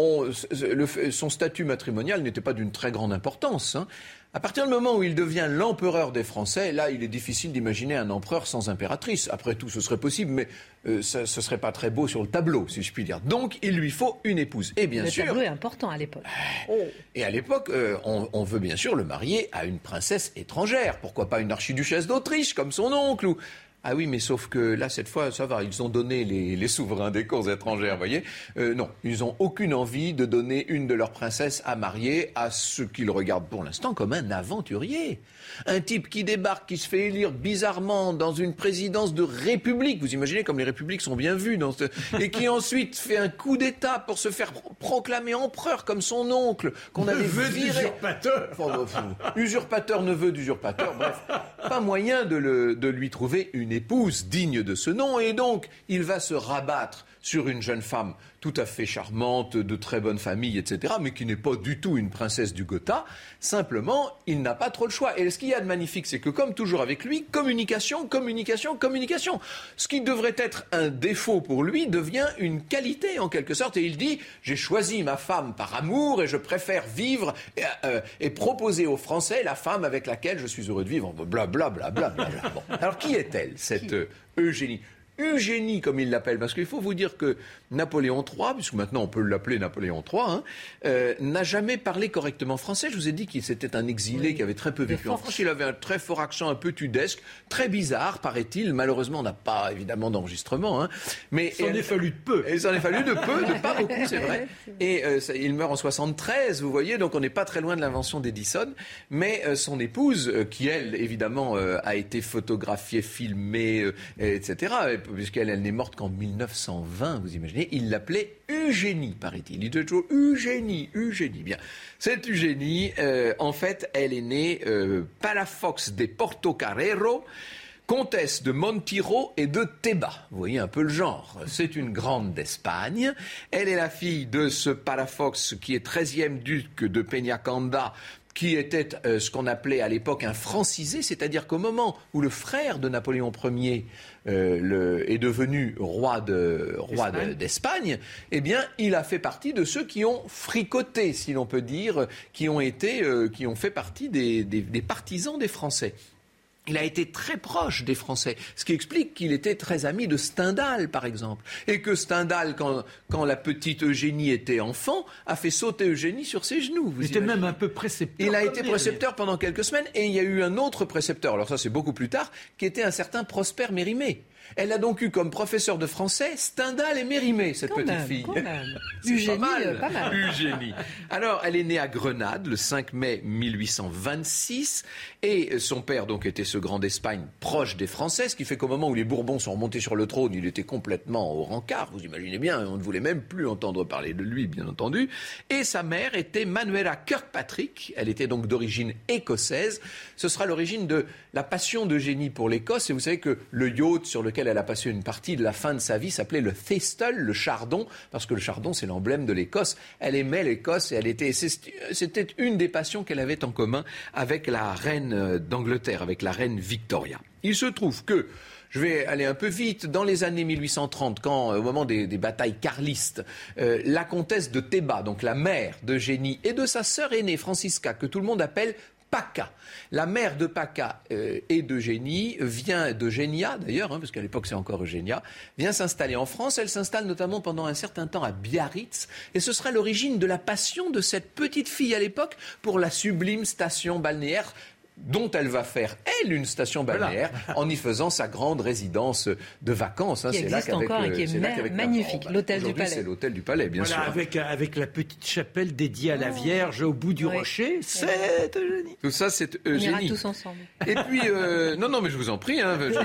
son statut matrimonial n'était pas d'une très grande importance. À partir du moment où il devient l'empereur des Français, là, il est difficile d'imaginer un empereur sans impératrice. Après tout, ce serait possible, mais ce serait pas très beau sur le tableau, si je puis dire. Donc, il lui faut une épouse. Et bien sûr, le tableau est important à l'époque. Et à l'époque, on veut bien sûr le marier à une princesse étrangère. Pourquoi pas une archiduchesse d'Autriche, comme son oncle, ou... Ah oui, mais sauf que là, cette fois, ça va, ils ont donné les souverains des cours étrangères, vous voyez. Non, ils n'ont aucune envie de donner une de leurs princesses à marier à ce qu'ils regardent pour l'instant comme un aventurier. Un type qui débarque, qui se fait élire bizarrement dans une présidence de république. Vous imaginez comme les républiques sont bien vues et qui ensuite fait un coup d'État pour se faire proclamer empereur comme son oncle, qu'on avait viré. Usurpateur, neveu d'usurpateur, bref. Pas moyen de lui trouver une épouse digne de ce nom, et donc il va se rabattre sur une jeune femme tout à fait charmante, de très bonne famille, etc., mais qui n'est pas du tout une princesse du Gotha. Simplement, il n'a pas trop le choix. Et ce qu'il y a de magnifique, c'est que comme toujours avec lui, communication. Ce qui devrait être un défaut pour lui devient une qualité en quelque sorte. Et il dit, j'ai choisi ma femme par amour et je préfère vivre et proposer aux Français la femme avec laquelle je suis heureux de vivre. Blablabla. Bon. Alors qui est-elle, cette Eugénie ? Eugénie, comme il l'appelle, parce qu'il faut vous dire que Napoléon III, puisque maintenant on peut l'appeler Napoléon III, n'a jamais parlé correctement français. Je vous ai dit qu'il c'était un exilé qui avait très peu vécu en France. Il avait un très fort accent, un peu tudesque, très bizarre, paraît-il. Malheureusement, on n'a pas évidemment d'enregistrement. Mais il s'en est fallu de peu. Il s'en est fallu de peu, de pas beaucoup, c'est vrai. Et il meurt en 73, vous voyez, donc on n'est pas très loin de l'invention d'Edison. Mais son épouse, qui elle, évidemment, a été photographiée, filmée, etc., puisqu'elle n'est morte qu'en 1920, vous imaginez, il l'appelait Eugénie, paraît-il. Il disait toujours Eugénie. Bien, cette Eugénie, en fait, elle est née Palafox de Portocarrero, comtesse de Montijo et de Teba. Vous voyez un peu le genre. C'est une grande d'Espagne. Elle est la fille de ce Palafox qui est 13e duc de Peñacanda, qui était ce qu'on appelait à l'époque un francisé, c'est-à-dire qu'au moment où le frère de Napoléon Ier est devenu roi d'Espagne, eh bien, il a fait partie de ceux qui ont fricoté, si l'on peut dire, qui ont fait partie des partisans des Français. Il a été très proche des Français, ce qui explique qu'il était très ami de Stendhal, par exemple. Et que Stendhal, quand la petite Eugénie était enfant, a fait sauter Eugénie sur ses genoux. Il était même un peu précepteur. Il a été précepteur pendant quelques semaines, et il y a eu un autre précepteur, alors ça c'est beaucoup plus tard, qui était un certain Prosper Mérimée. Elle a donc eu comme professeur de français Stendhal et Mérimée, cette petite fille. Eugénie, pas mal. Eugénie. Alors, elle est née à Grenade le 5 mai 1826 et son père donc était ce grand d'Espagne proche des Français, ce qui fait qu'au moment où les Bourbons sont remontés sur le trône, il était complètement au rencard, vous imaginez bien, on ne voulait même plus entendre parler de lui, bien entendu. Et sa mère était Manuela Kirkpatrick, elle était donc d'origine écossaise. Ce sera l'origine de la passion d'Eugénie pour l'Écosse, et vous savez que le yacht sur lequel elle a passé une partie de la fin de sa vie s'appelait le Thistle, le chardon, parce que le chardon c'est l'emblème de l'Écosse. Elle aimait l'Écosse et c'était une des passions qu'elle avait en commun avec la reine d'Angleterre, avec la reine Victoria. Il se trouve que, je vais aller un peu vite, dans les années 1830, quand, au moment des batailles carlistes, la comtesse de Théba, donc la mère d'Eugénie et de sa sœur aînée Francisca, que tout le monde appelle Paca. La mère de Paca et d'Eugénie d'Eugénia d'ailleurs, parce qu'à l'époque c'est encore Eugénia, vient s'installer en France. Elle s'installe notamment pendant un certain temps à Biarritz. Et ce sera l'origine de la passion de cette petite fille à l'époque pour la sublime station balnéaire dont elle va faire, elle, une station balnéaire, en y faisant sa grande résidence de vacances. Qui existe encore et qui est magnifique, l'hôtel du Palais. C'est l'hôtel du Palais, bien sûr. Avec la petite chapelle dédiée à la Vierge au bout du rocher, c'est Eugénie. Tout ça, c'est Eugénie. On ira tous ensemble. Et puis, non, mais je vous en prie.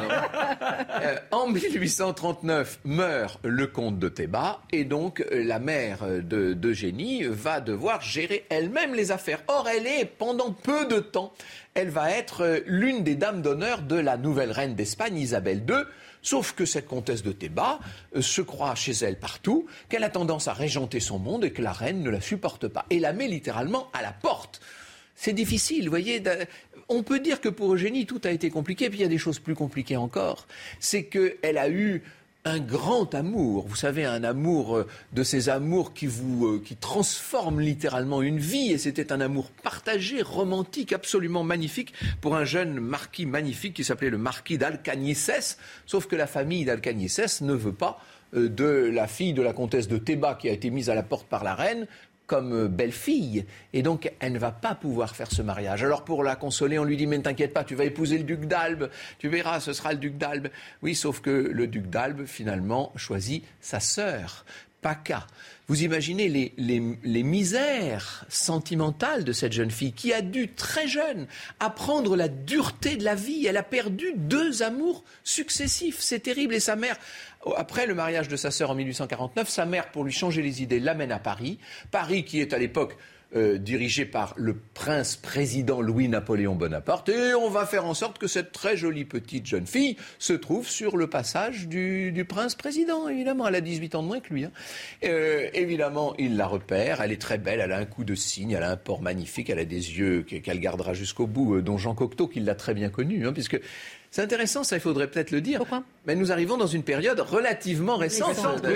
En 1839, meurt le comte de Théba, et donc la mère d'Eugénie va devoir gérer elle-même les affaires. Or, elle est, pendant peu de temps, elle va être l'une des dames d'honneur de la nouvelle reine d'Espagne, Isabelle II, sauf que cette comtesse de Théba se croit chez elle partout, qu'elle a tendance à régenter son monde et que la reine ne la supporte pas, et la met littéralement à la porte. C'est difficile, vous voyez. On peut dire que pour Eugénie, tout a été compliqué, puis il y a des choses plus compliquées encore. C'est qu'elle a eu un grand amour, vous savez, un amour de ces amours qui transforment littéralement une vie, et c'était un amour partagé, romantique, absolument magnifique, pour un jeune marquis magnifique qui s'appelait le marquis d'Alcañices, sauf que la famille d'Alcañices ne veut pas de la fille de la comtesse de Théba qui a été mise à la porte par la reine comme belle-fille, et donc elle ne va pas pouvoir faire ce mariage. Alors pour la consoler, on lui dit « mais ne t'inquiète pas, tu vas épouser le duc d'Albe, tu verras, ce sera le duc d'Albe ». Oui, sauf que le duc d'Albe, finalement, choisit sa sœur, Paca. Vous imaginez les misères sentimentales de cette jeune fille qui a dû, très jeune, apprendre la dureté de la vie. Elle a perdu 2 amours successifs. C'est terrible. Et sa mère, après le mariage de sa sœur en 1849, sa mère, pour lui changer les idées, l'amène à Paris. Paris qui est à l'époque dirigé par le prince-président Louis-Napoléon Bonaparte, et on va faire en sorte que cette très jolie petite jeune fille se trouve sur le passage du prince-président. Évidemment, elle a 18 ans de moins que lui. Évidemment, il la repère, elle est très belle, elle a un coup de cygne, elle a un port magnifique, elle a des yeux qu'elle gardera jusqu'au bout, dont Jean Cocteau, qui l'a très bien connu, puisque... C'est intéressant, ça, il faudrait peut-être le dire. Pourquoi ? Mais nous arrivons dans une période relativement récente.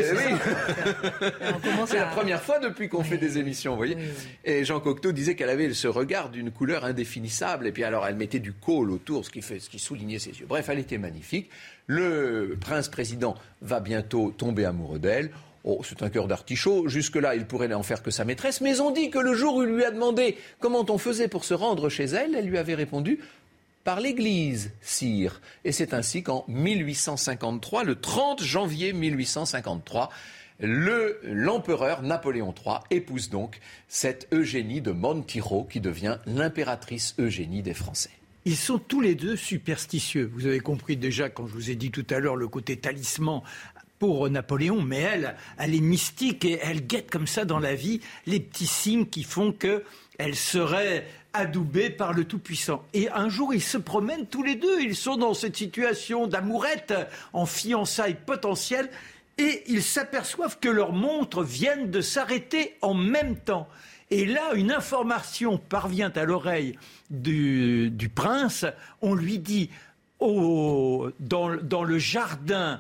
C'est la première fois depuis qu'on fait des émissions, vous voyez. Oui. Et Jean Cocteau disait qu'elle avait ce regard d'une couleur indéfinissable. Et puis alors, elle mettait du col autour, ce qui soulignait ses yeux. Bref, elle était magnifique. Le prince-président va bientôt tomber amoureux d'elle. Oh, c'est un cœur d'artichaut. Jusque-là, il pourrait n'en faire que sa maîtresse. Mais on dit que le jour où il lui a demandé comment on faisait pour se rendre chez elle, elle lui avait répondu... par l'Église, sire. Et c'est ainsi qu'en 1853, le 30 janvier 1853, l'empereur Napoléon III épouse donc cette Eugénie de Montijo qui devient l'impératrice Eugénie des Français. Ils sont tous les deux superstitieux. Vous avez compris déjà quand je vous ai dit tout à l'heure le côté talisman pour Napoléon, mais elle est mystique et elle guette comme ça dans la vie les petits signes qui font qu'elle serait adoubée par le Tout-Puissant. Et un jour, ils se promènent tous les deux. Ils sont dans cette situation d'amourette, en fiançailles potentielles, et ils s'aperçoivent que leurs montres viennent de s'arrêter en même temps. Et là, une information parvient à l'oreille du prince. On lui dit, dans le jardin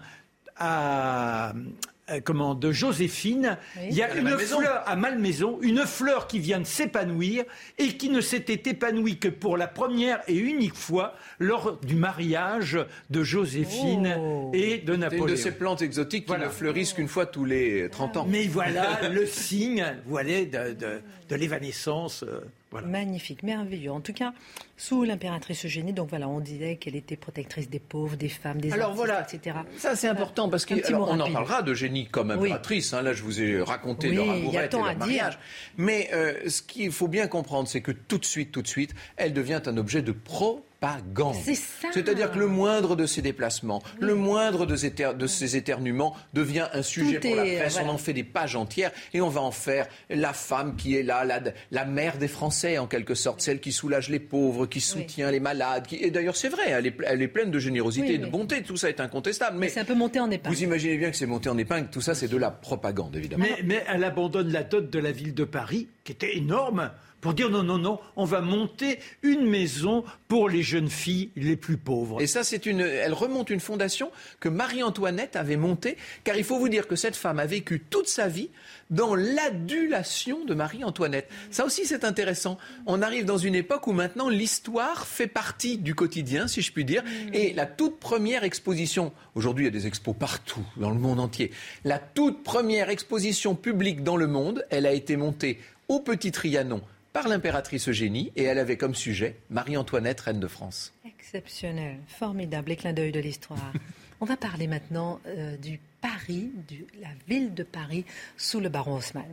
de Joséphine, oui. Il y a une fleur à Malmaison, une fleur qui vient de s'épanouir et qui ne s'était épanouie que pour la première et unique fois lors du mariage de Joséphine et de Napoléon. C'est une de ces plantes exotiques qui ne fleurissent qu'une fois tous les 30 ans. Mais voilà le signe de l'évanescence Voilà. Magnifique, merveilleux. En tout cas, sous l'impératrice Eugénie, donc voilà, on disait qu'elle était protectrice des pauvres, des femmes, des artistes, etc. Ça c'est important parce qu'on en parlera d'Eugénie comme impératrice. Là, je vous ai raconté leur amourette et leur mariage. Mais ce qu'il faut bien comprendre, c'est que tout de suite, elle devient un objet de propagande. C'est ça. C'est-à-dire que le moindre de ses déplacements, le moindre de ses éternuements devient un sujet pour la presse. Voilà. On en fait des pages entières et on va en faire la femme qui est là, la mère des Français en quelque sorte, celle qui soulage les pauvres, qui soutient les malades. Et d'ailleurs, c'est vrai, elle est pleine de générosité et de bonté. Tout ça est incontestable. Mais c'est un peu monté en épingle. Vous imaginez bien que c'est monté en épingle. Tout ça, c'est de la propagande, évidemment. Mais elle abandonne la dot de la ville de Paris, qui était énorme, pour dire non, on va monter une maison pour les jeunes filles les plus pauvres. Et ça, elle remonte une fondation que Marie-Antoinette avait montée, car il faut vous dire que cette femme a vécu toute sa vie dans l'adulation de Marie-Antoinette. Ça aussi, c'est intéressant. On arrive dans une époque où maintenant l'histoire fait partie du quotidien, si je puis dire, et la toute première exposition, aujourd'hui il y a des expos partout, dans le monde entier, la toute première exposition publique dans le monde, elle a été montée au Petit Trianon par l'impératrice Eugénie, et elle avait comme sujet Marie-Antoinette, reine de France. Exceptionnel, formidable, les clins d'œil de l'histoire. On va parler maintenant du Paris, de la ville de Paris, sous le baron Haussmann.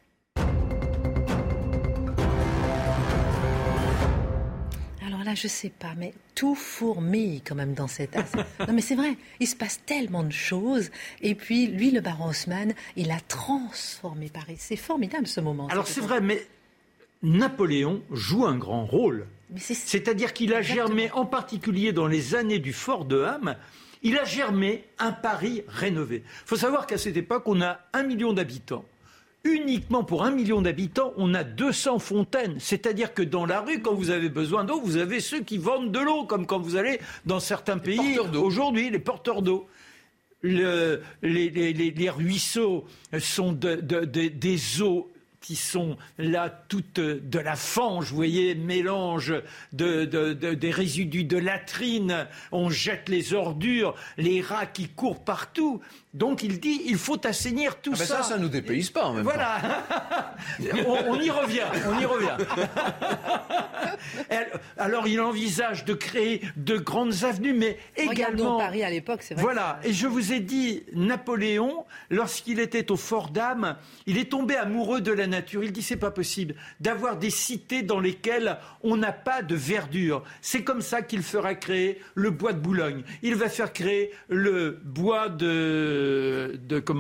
Alors là, je sais pas, mais tout fourmille quand même dans cette... Non mais c'est vrai, il se passe tellement de choses. Et puis, lui, le baron Haussmann, il a transformé Paris. C'est formidable ce moment. Alors c'est vrai, mais Napoléon joue un grand rôle. C'est-à-dire qu'il a germé, en particulier dans les années du Fort de Ham, il a germé un Paris rénové. Il faut savoir qu'à cette époque, on a 1 million d'habitants. Uniquement pour 1 million d'habitants, on a 200 fontaines. C'est-à-dire que dans la rue, quand vous avez besoin d'eau, vous avez ceux qui vendent de l'eau, comme quand vous allez dans certains pays aujourd'hui, les porteurs d'eau. Les ruisseaux sont des eaux qui sont là toutes de la fange, vous voyez, mélange des résidus de latrines, on jette les ordures, les rats qui courent partout. Donc il dit, il faut assainir tout ça. Ça nous dépayse pas en même temps. Voilà, on y revient. Alors il envisage de créer de grandes avenues, mais également... Paris à l'époque, c'est vrai. Voilà, et je vous ai dit, Napoléon, lorsqu'il était au Fort d'Am, il est tombé amoureux de la nature. Il dit, c'est pas possible d'avoir des cités dans lesquelles on n'a pas de verdure. C'est comme ça qu'il fera créer le bois de Boulogne. Il va faire créer le bois le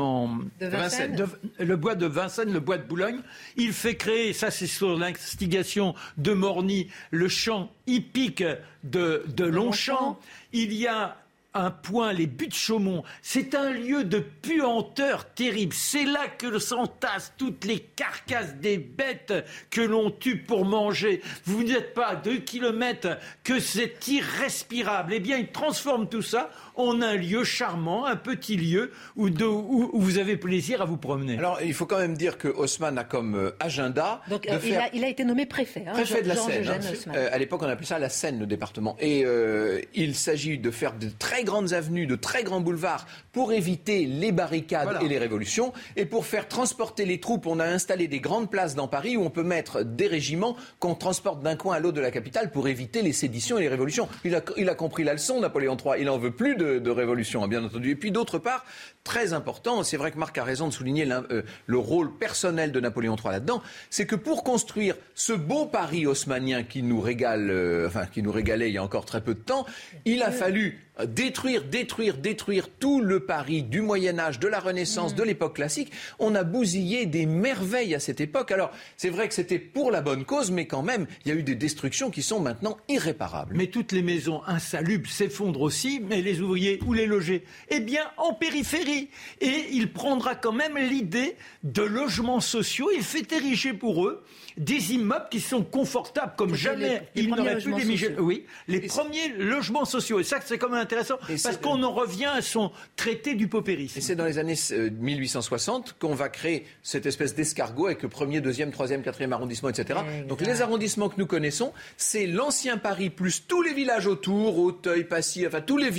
bois de Vincennes, le bois de Boulogne. Il fait créer, ça c'est sur l'instigation de Morny, le champ hippique de Longchamp. Il y a un point, les buttes Chaumont, c'est un lieu de puanteur terrible. C'est là que s'entassent toutes les carcasses des bêtes que l'on tue pour manger. Vous n'êtes pas à 2 kilomètres que c'est irrespirable. Eh bien, il transforme tout ça en un lieu charmant, un petit lieu où vous avez plaisir à vous promener. Alors, il faut quand même dire que Haussmann a comme agenda... Donc, il a été nommé préfet. Préfet de la Seine. À l'époque, on appelait ça la Seine, le département. Et il s'agit de faire de très grandes avenues, de très grands boulevards pour éviter les barricades et les révolutions. Et pour faire transporter les troupes, on a installé des grandes places dans Paris où on peut mettre des régiments qu'on transporte d'un coin à l'autre de la capitale pour éviter les séditions et les révolutions. Il a compris la leçon, Napoléon III. Il n'en veut plus de révolution, bien entendu. Et puis d'autre part, très important, c'est vrai que Marc a raison de souligner le rôle personnel de Napoléon III là-dedans, c'est que pour construire ce beau Paris haussmannien qui nous régalait il y a encore très peu de temps, il a fallu détruire tout le Paris du Moyen-Âge, de la Renaissance, de l'époque classique. On a bousillé des merveilles à cette époque. Alors, c'est vrai que c'était pour la bonne cause, mais quand même, il y a eu des destructions qui sont maintenant irréparables. Mais toutes les maisons insalubres s'effondrent aussi, mais les ouvriers, où les loger ? Eh bien, en périphérie. Et il prendra quand même l'idée de logements sociaux. Il fait ériger pour eux des immeubles qui sont confortables comme jamais. Il n'aurait pu les premiers logements sociaux. Et ça, c'est quand même intéressant, parce qu'on en revient à son traité du paupérisme. Et c'est dans les années 1860 qu'on va créer cette espèce d'escargot avec le 1er, 2e, 3e, 4e arrondissement, etc. Exact. Donc les arrondissements que nous connaissons, c'est l'ancien Paris plus tous les villages autour, Auteuil, Passy, enfin tous les villages qu'on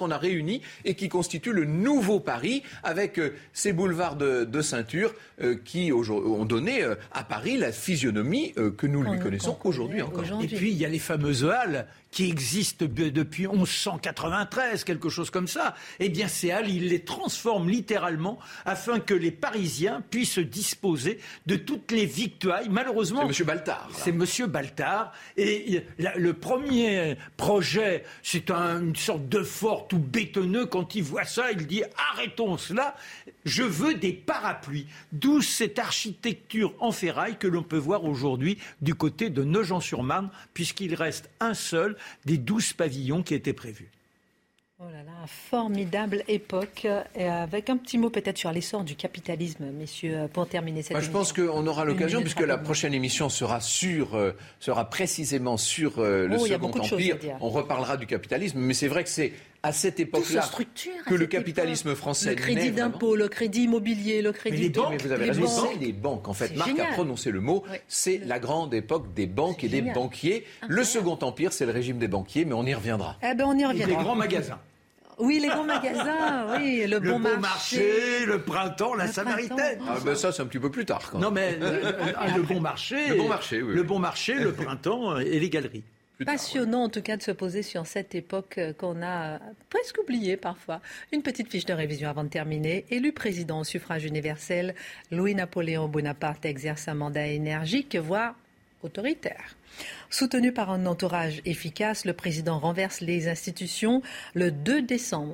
qu'on a réunis et qui constituent le nouveau Paris, avec ces boulevards de ceinture qui ont donné à Paris la physionomie que nous lui connaissons aujourd'hui encore. Et puis il y a les fameuses halles qui existent depuis 1193, quelque chose comme ça. Eh bien, ces halles, ils les transforment littéralement afin que les Parisiens puissent disposer de toutes les victuailles. Malheureusement, c'est M. Baltard. C'est M. Baltard. Et le premier projet, c'est une sorte de fort tout bétonneux. Quand il voit ça, il dit « Arrêtons cela, je veux des parapluies ». D'où cette architecture en ferraille que l'on peut voir aujourd'hui du côté de Nogent-sur-Marne, puisqu'il reste un seul des 12 pavillons qui étaient prévus. Oh là là, formidable époque. Et avec un petit mot peut-être sur l'essor du capitalisme, messieurs, pour terminer cette émission. Je pense qu'on aura l'occasion, puisque la prochaine émission sera précisément sur le Second Empire. On reparlera du capitalisme, mais c'est vrai que c'est à cette époque-là que le capitalisme français... Le crédit d'impôt, le crédit immobilier, le crédit... les banques, mais vous avez raison, c'est les banques. En fait, Marc a prononcé le mot, c'est la grande époque des banques et des banquiers. Le Second Empire, c'est le régime des banquiers, mais on y reviendra. Eh ben, on y reviendra. Les grands magasins. Oui, les grands magasins, oui, le bon marché, le printemps, la Samaritaine. Ah ben ça, c'est un petit peu plus tard. Quand même. Non, mais le bon marché. Le bon marché, oui. Le bon marché, le printemps et les galeries. Passionnant en tout cas de se poser sur cette époque qu'on a presque oubliée parfois. Une petite fiche de révision avant de terminer. Élu président au suffrage universel, Louis-Napoléon Bonaparte exerce un mandat énergique, voire autoritaire. Soutenu par un entourage efficace, le président renverse les institutions le 2 décembre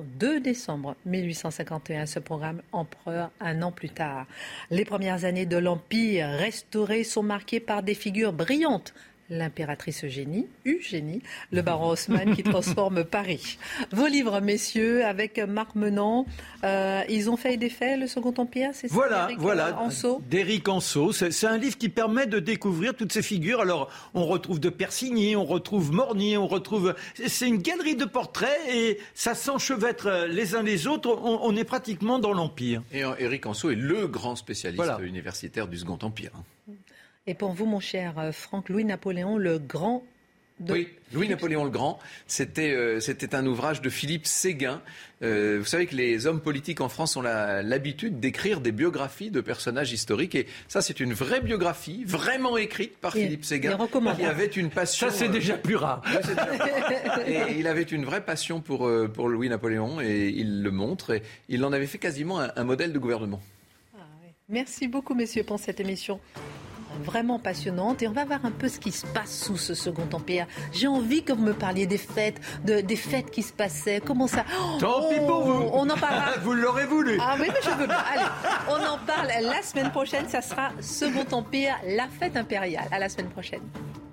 1851, ce programme empereur un an plus tard. Les premières années de l'Empire restauré sont marquées par des figures brillantes. L'impératrice Eugénie, le baron Haussmann qui transforme Paris. Vos livres, messieurs, avec Marc Menant, ils ont fait et défait le Second Empire, c'est ça? Voilà, Anceau. D'Éric Anceau. C'est un livre qui permet de découvrir toutes ces figures. Alors, on retrouve de Persigny, on retrouve Morgny, c'est une galerie de portraits et ça s'enchevêtre les uns les autres. On est pratiquement dans l'Empire. Et Éric Anceau est le grand spécialiste universitaire du Second Empire. Et pour vous, mon cher Franck, Louis-Napoléon le Grand... Oui, Louis-Napoléon le Grand, c'était un ouvrage de Philippe Séguin. Vous savez que les hommes politiques en France ont l'habitude d'écrire des biographies de personnages historiques. Et ça, c'est une vraie biographie, vraiment écrite par Philippe Séguin, qui avait une passion... Ça, c'est déjà plus rare. Et il avait une vraie passion pour Louis-Napoléon, et il le montre. Et il en avait fait quasiment un modèle de gouvernement. Merci beaucoup, messieurs, pour cette émission vraiment passionnante, et on va voir un peu ce qui se passe sous ce Second Empire. J'ai envie que vous me parliez des fêtes, des fêtes qui se passaient. Comment ça? Tant pis pour vous. On en parlera. Vous l'aurez voulu. Ah oui, mais je veux bien. Allez, on en parle la semaine prochaine. Ça sera Second Empire, la fête impériale. À la semaine prochaine.